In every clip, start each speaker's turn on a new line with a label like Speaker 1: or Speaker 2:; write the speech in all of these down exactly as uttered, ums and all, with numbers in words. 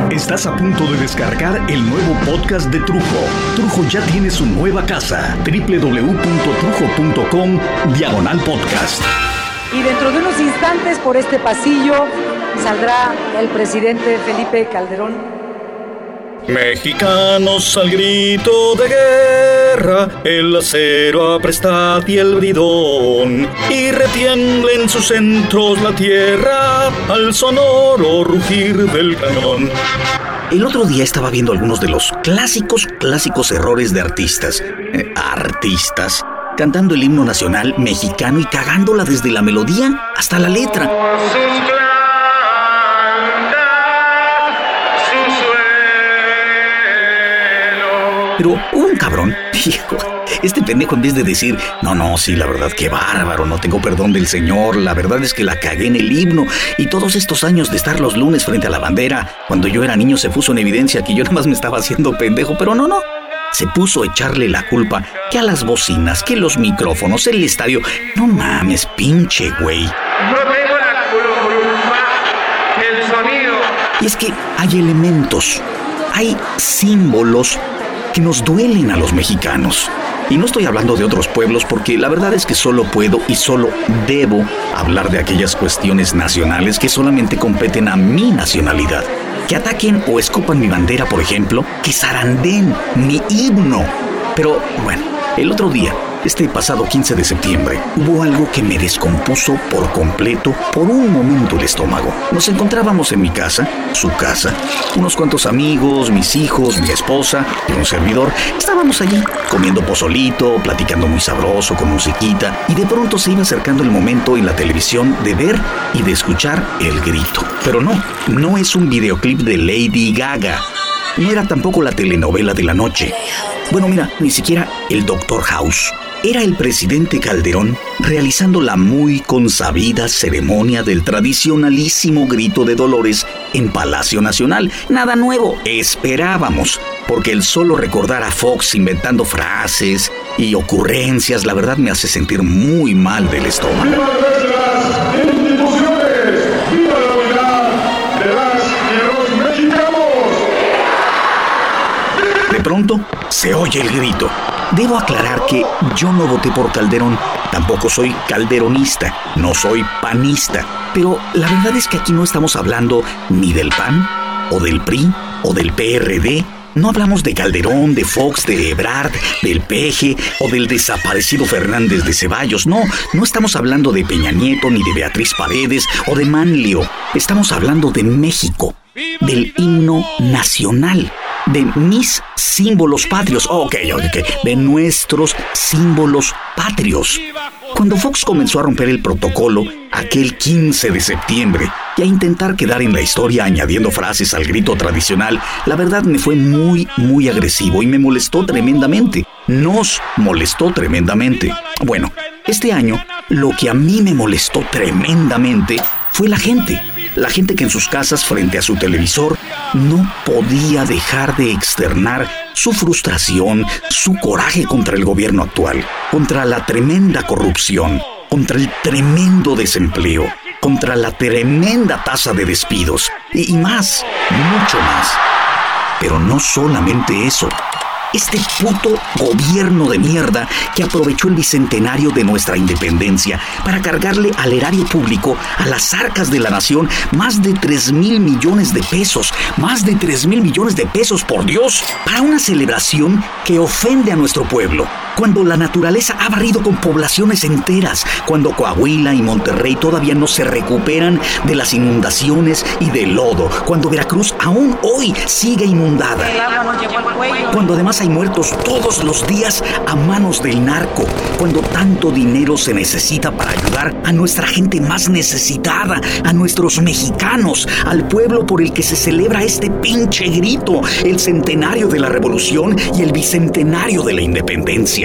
Speaker 1: Estás a punto de descargar el nuevo podcast de Trujo. Trujo ya tiene su nueva casa, doble u doble u doble u punto trujo punto com, diagonal podcast.
Speaker 2: Y dentro de unos instantes por este pasillo saldrá el presidente Felipe Calderón.
Speaker 3: Mexicanos al grito de guerra, el acero aprestad y el bridón, y retiembla en sus centros la tierra al sonoro rugir del cañón.
Speaker 4: El otro día estaba viendo algunos de los clásicos, clásicos errores de artistas. Eh, artistas. Cantando el himno nacional mexicano y cagándola desde la melodía hasta la letra. Pero hubo un cabrón, hijo, este pendejo en vez de decir, no, no, sí, la verdad, qué bárbaro, no tengo perdón del Señor, la verdad es que la cagué en el himno, y todos estos años de estar los lunes frente a la bandera, cuando yo era niño se puso en evidencia que yo nada más me estaba haciendo pendejo, pero no, no, se puso a echarle la culpa que a las bocinas, que los micrófonos, el estadio, no mames, pinche güey.
Speaker 5: No tengo la culpa, el sonido.
Speaker 4: Y es que hay elementos, hay símbolos que nos duelen a los mexicanos. Y no estoy hablando de otros pueblos porque la verdad es que solo puedo y solo debo hablar de aquellas cuestiones nacionales que solamente competen a mi nacionalidad. Que ataquen o escupan mi bandera, por ejemplo, que zarandeen mi himno. Pero bueno, el otro día, este pasado quince de septiembre, hubo algo que me descompuso por completo por un momento el estómago. Nos encontrábamos en mi casa, su casa, unos cuantos amigos, mis hijos, mi esposa y un servidor. Estábamos allí comiendo pozolito, platicando muy sabroso con musiquita, y de pronto se iba acercando el momento en la televisión de ver y de escuchar el grito. Pero no, no es un videoclip de Lady Gaga. No era tampoco la telenovela de la noche. Bueno, mira, ni siquiera el Doctor House. Era el presidente Calderón realizando la muy consabida ceremonia del tradicionalísimo grito de Dolores en Palacio Nacional. Nada nuevo, esperábamos, porque el solo recordar a Fox inventando frases y ocurrencias, la verdad me hace sentir muy mal del estómago.
Speaker 6: ¡Viva las instituciones! ¡Viva la unidad de las y los mexicanos!
Speaker 4: De pronto, se oye el grito. Debo aclarar que yo no voté por Calderón, tampoco soy calderonista, no soy panista, pero la verdad es que aquí no estamos hablando ni del P A N, o del P R I, o del P R D, no hablamos de Calderón, de Fox, de Ebrard, del P G, o del desaparecido Fernández de Ceballos, no, no estamos hablando de Peña Nieto, ni de Beatriz Paredes, o de Manlio, estamos hablando de México, del himno nacional, de mis símbolos patrios, ok, ok, de nuestros símbolos patrios. Cuando Fox comenzó a romper el protocolo aquel quince de septiembre y a intentar quedar en la historia añadiendo frases al grito tradicional, la verdad me fue muy, muy agresivo y me molestó tremendamente. Nos molestó tremendamente. Bueno, este año lo que a mí me molestó tremendamente fue la gente. La gente que en sus casas frente a su televisor no podía dejar de externar su frustración, su coraje contra el gobierno actual, contra la tremenda corrupción, contra el tremendo desempleo, contra la tremenda tasa de despidos y, y más, mucho más. Pero no solamente eso. Este puto gobierno de mierda que aprovechó el bicentenario de nuestra independencia para cargarle al erario público, a las arcas de la nación, más de tres mil millones de pesos, más de tres mil millones de pesos, por Dios, para una celebración que ofende a nuestro pueblo, cuando la naturaleza ha barrido con poblaciones enteras, cuando Coahuila y Monterrey todavía no se recuperan de las inundaciones y del lodo, cuando Veracruz aún hoy sigue inundada, cuando además hay muertos todos los días a manos del narco, cuando tanto dinero se necesita para ayudar a nuestra gente más necesitada, a nuestros mexicanos, al pueblo por el que se celebra este pinche grito, el centenario de la revolución y el bicentenario de la independencia.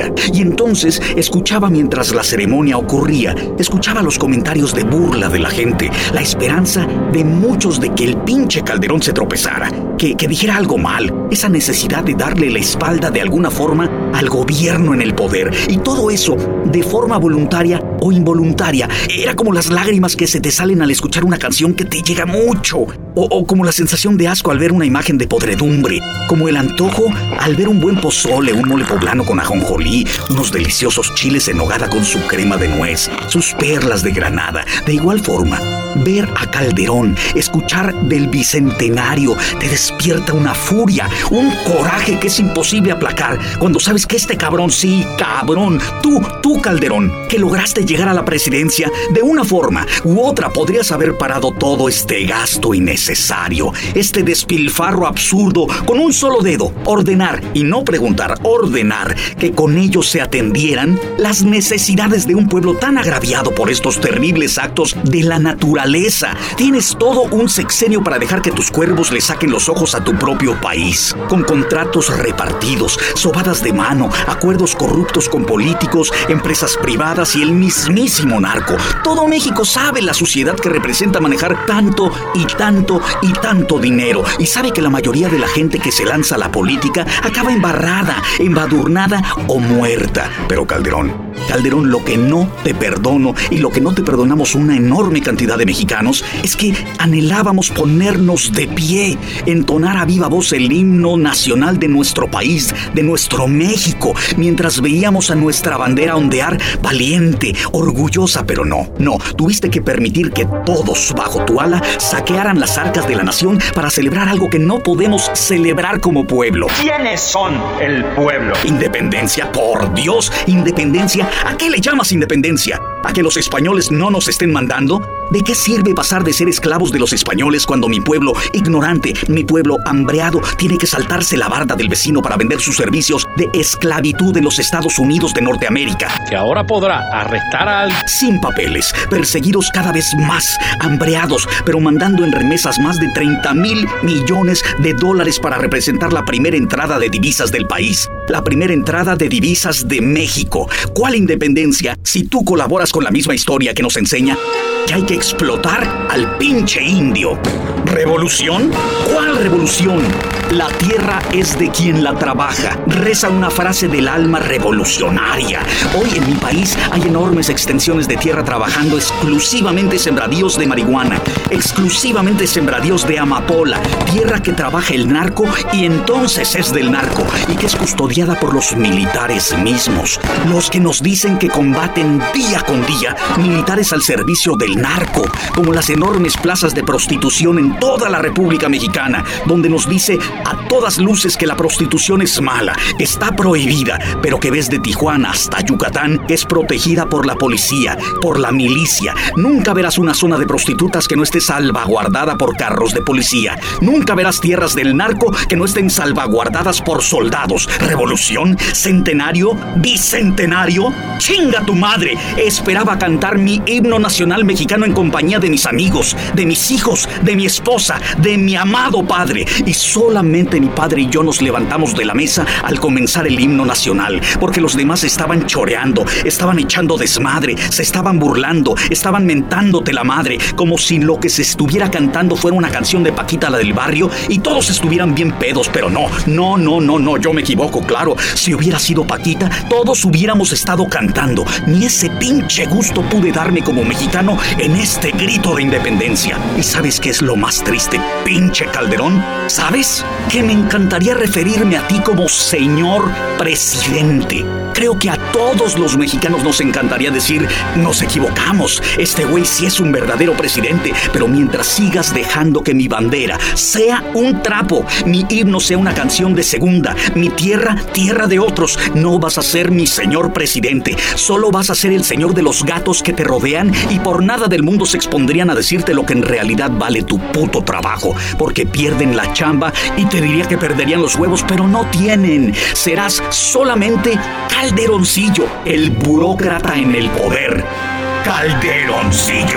Speaker 4: día. Y entonces escuchaba mientras la ceremonia ocurría, escuchaba los comentarios de burla de la gente, la esperanza de muchos de que el pinche Calderón se tropezara, que, que dijera algo mal, esa necesidad de darle la espalda de alguna forma al gobierno en el poder. Y todo eso, de forma voluntaria o involuntaria, era como las lágrimas que se te salen al escuchar una canción que te llega mucho, o, o como la sensación de asco al ver una imagen de podredumbre, como el antojo al ver un buen pozole, un mole poblano con ajonjolí, unos deliciosos chiles en nogada con su crema de nuez, sus perlas de granada. De igual forma, ver a Calderón, escuchar del bicentenario, te despierta una furia, un coraje que es imposible aplacar cuando sabes que este cabrón, sí, cabrón, tú, tú Calderón, que lograste llegar a la presidencia, de una forma u otra podrías haber parado todo este gasto innecesario, este despilfarro absurdo, con un solo dedo, ordenar, y no preguntar, ordenar, que con ello se atendieran las necesidades de un pueblo tan agraviado por estos terribles actos de la naturaleza. Tienes todo un sexenio para dejar que tus cuervos le saquen los ojos a tu propio país, con contratos repartidos, sobadas de mano, acuerdos corruptos con políticos, empresas privadas y el mismísimo narco. Todo México sabe la suciedad que representa manejar tanto y tanto y tanto dinero, y sabe que la mayoría de la gente que se lanza a la política acaba embarrada, embadurnada o muerta. Pero Calderón, Calderón, lo que no te perdono y lo que no te perdonamos una enorme cantidad de mexicanos es que anhelábamos ponernos de pie, entonar a viva voz el himno nacional de nuestro país, de nuestro México, mientras veíamos a nuestra bandera ondear valiente, orgullosa, pero no, no, tuviste que permitir que todos bajo tu ala saquearan las arcas de la nación para celebrar algo que no podemos celebrar como pueblo.
Speaker 7: ¿Quiénes son el pueblo?
Speaker 4: Independencia, por Dios, independencia. ¿A qué le llamas independencia? ¿A que los españoles no nos estén mandando? ¿De qué sirve pasar de ser esclavos de los españoles cuando mi pueblo ignorante, mi pueblo hambreado, tiene que saltarse la barda del vecino para vender sus servicios de esclavitud en los Estados Unidos de Norteamérica?
Speaker 7: Que ahora podrá arrestar a alguien
Speaker 4: sin papeles, perseguidos cada vez más, hambreados, pero mandando en remesas más de treinta mil millones de dólares para representar la primera entrada de divisas del país, la primera entrada de divisas de México. ¿Cuál independencia si tú colaboras con la misma historia que nos enseña que hay que explotar al pinche indio? ¿Revolución? ¿Cuál revolución? La tierra es de quien la trabaja. Reza una frase del alma revolucionaria. Hoy en mi país hay enormes extensiones de tierra trabajando exclusivamente sembradíos de marihuana, exclusivamente sembradíos de amapola, tierra que trabaja el narco y entonces es del narco y que es custodiada por los militares mismos, los que nos dicen que combaten día con día, militares al servicio del narco, como las enormes plazas de prostitución en toda la República Mexicana, donde nos dice a todas luces que la prostitución es mala, que está prohibida, pero que ves de Tijuana hasta Yucatán es protegida por la policía, por la milicia. Nunca verás una zona de prostitutas que no esté salvaguardada por carros de policía. Nunca verás tierras del narco que no estén salvaguardadas por soldados. ¿Revolución? ¿Centenario? ¿Bicentenario? ¡Chinga tu madre! Esperaba cantar mi himno nacional mexicano en compañía de mis amigos, de mis hijos, de mi esposa, de mi amado padre. Y solamente mi padre y yo nos levantamos de la mesa al comenzar el himno nacional, porque los demás estaban choreando, estaban echando desmadre, se estaban burlando, estaban mentándote la madre, como si lo que se estuviera cantando fuera una canción de Paquita, la del barrio, y todos estuvieran bien pedos. Pero no, no, no, no, no, yo me equivoco, claro. Si hubiera sido Paquita, todos hubiéramos estado cantando. Ni ese pinche gusto pude darme como mexicano en este grito de independencia. ¿Y sabes qué es lo más triste, pinche Calderón? ¿Sabes? Que me encantaría referirme a ti como señor presidente. Creo que a todos los mexicanos nos encantaría decir, nos equivocamos, este güey sí es un verdadero presidente, pero mientras sigas dejando que mi bandera sea un trapo, mi himno sea una canción de segunda, mi tierra, tierra de otros, no vas a ser mi señor presidente, solo vas a ser el señor de los gatos que te rodean y por nada del mundo se expondrían a decirte lo que en realidad vale tu puto trabajo, porque pierden la chamba y te diría que perderían los huevos, pero no tienen. Serás solamente Calderoncillo, el burócrata en el poder. Calderoncillo.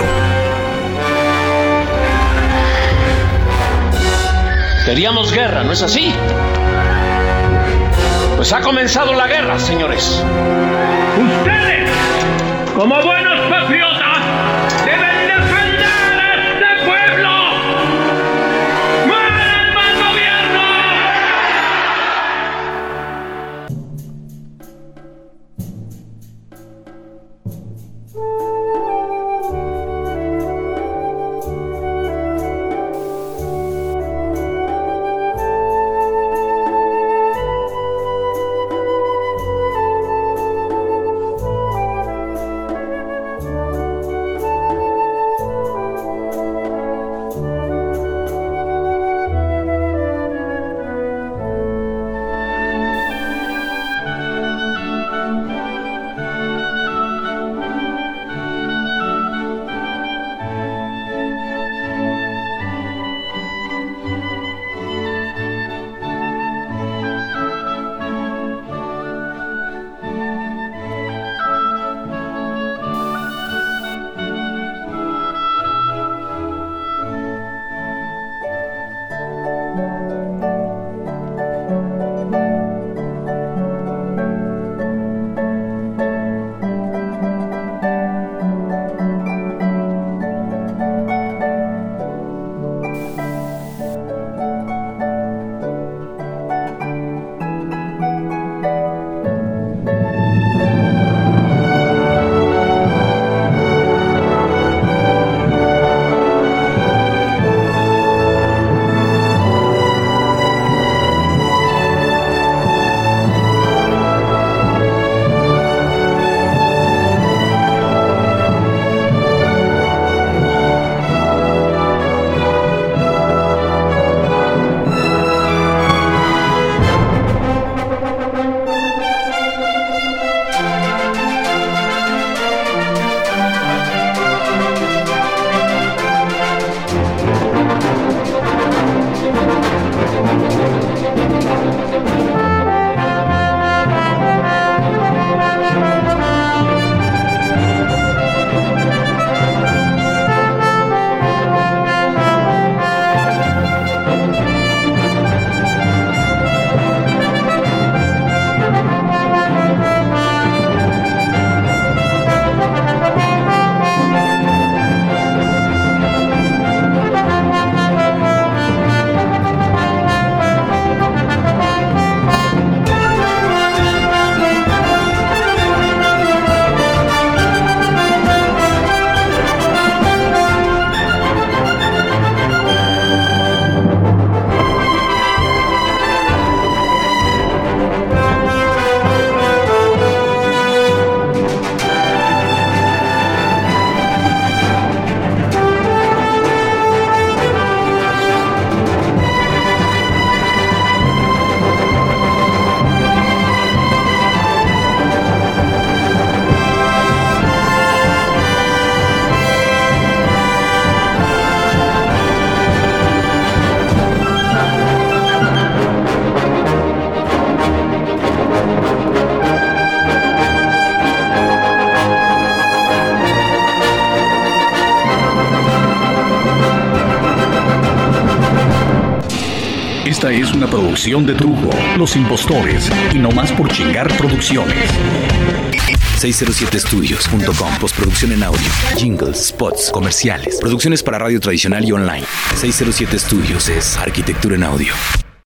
Speaker 7: Queríamos guerra, ¿no es así? Pues ha comenzado la guerra, señores.
Speaker 5: Ustedes, como buenos patriotas, deben defender a este pueblo. ¡Muera el mal gobierno!
Speaker 1: Esta es una producción de Trujo, Los Impostores y No Más por Chingar Producciones.
Speaker 4: seiscientos siete estudios punto com. Postproducción en audio, jingles, spots, comerciales, producciones para radio tradicional y online. seiscientos siete Estudios es arquitectura en audio.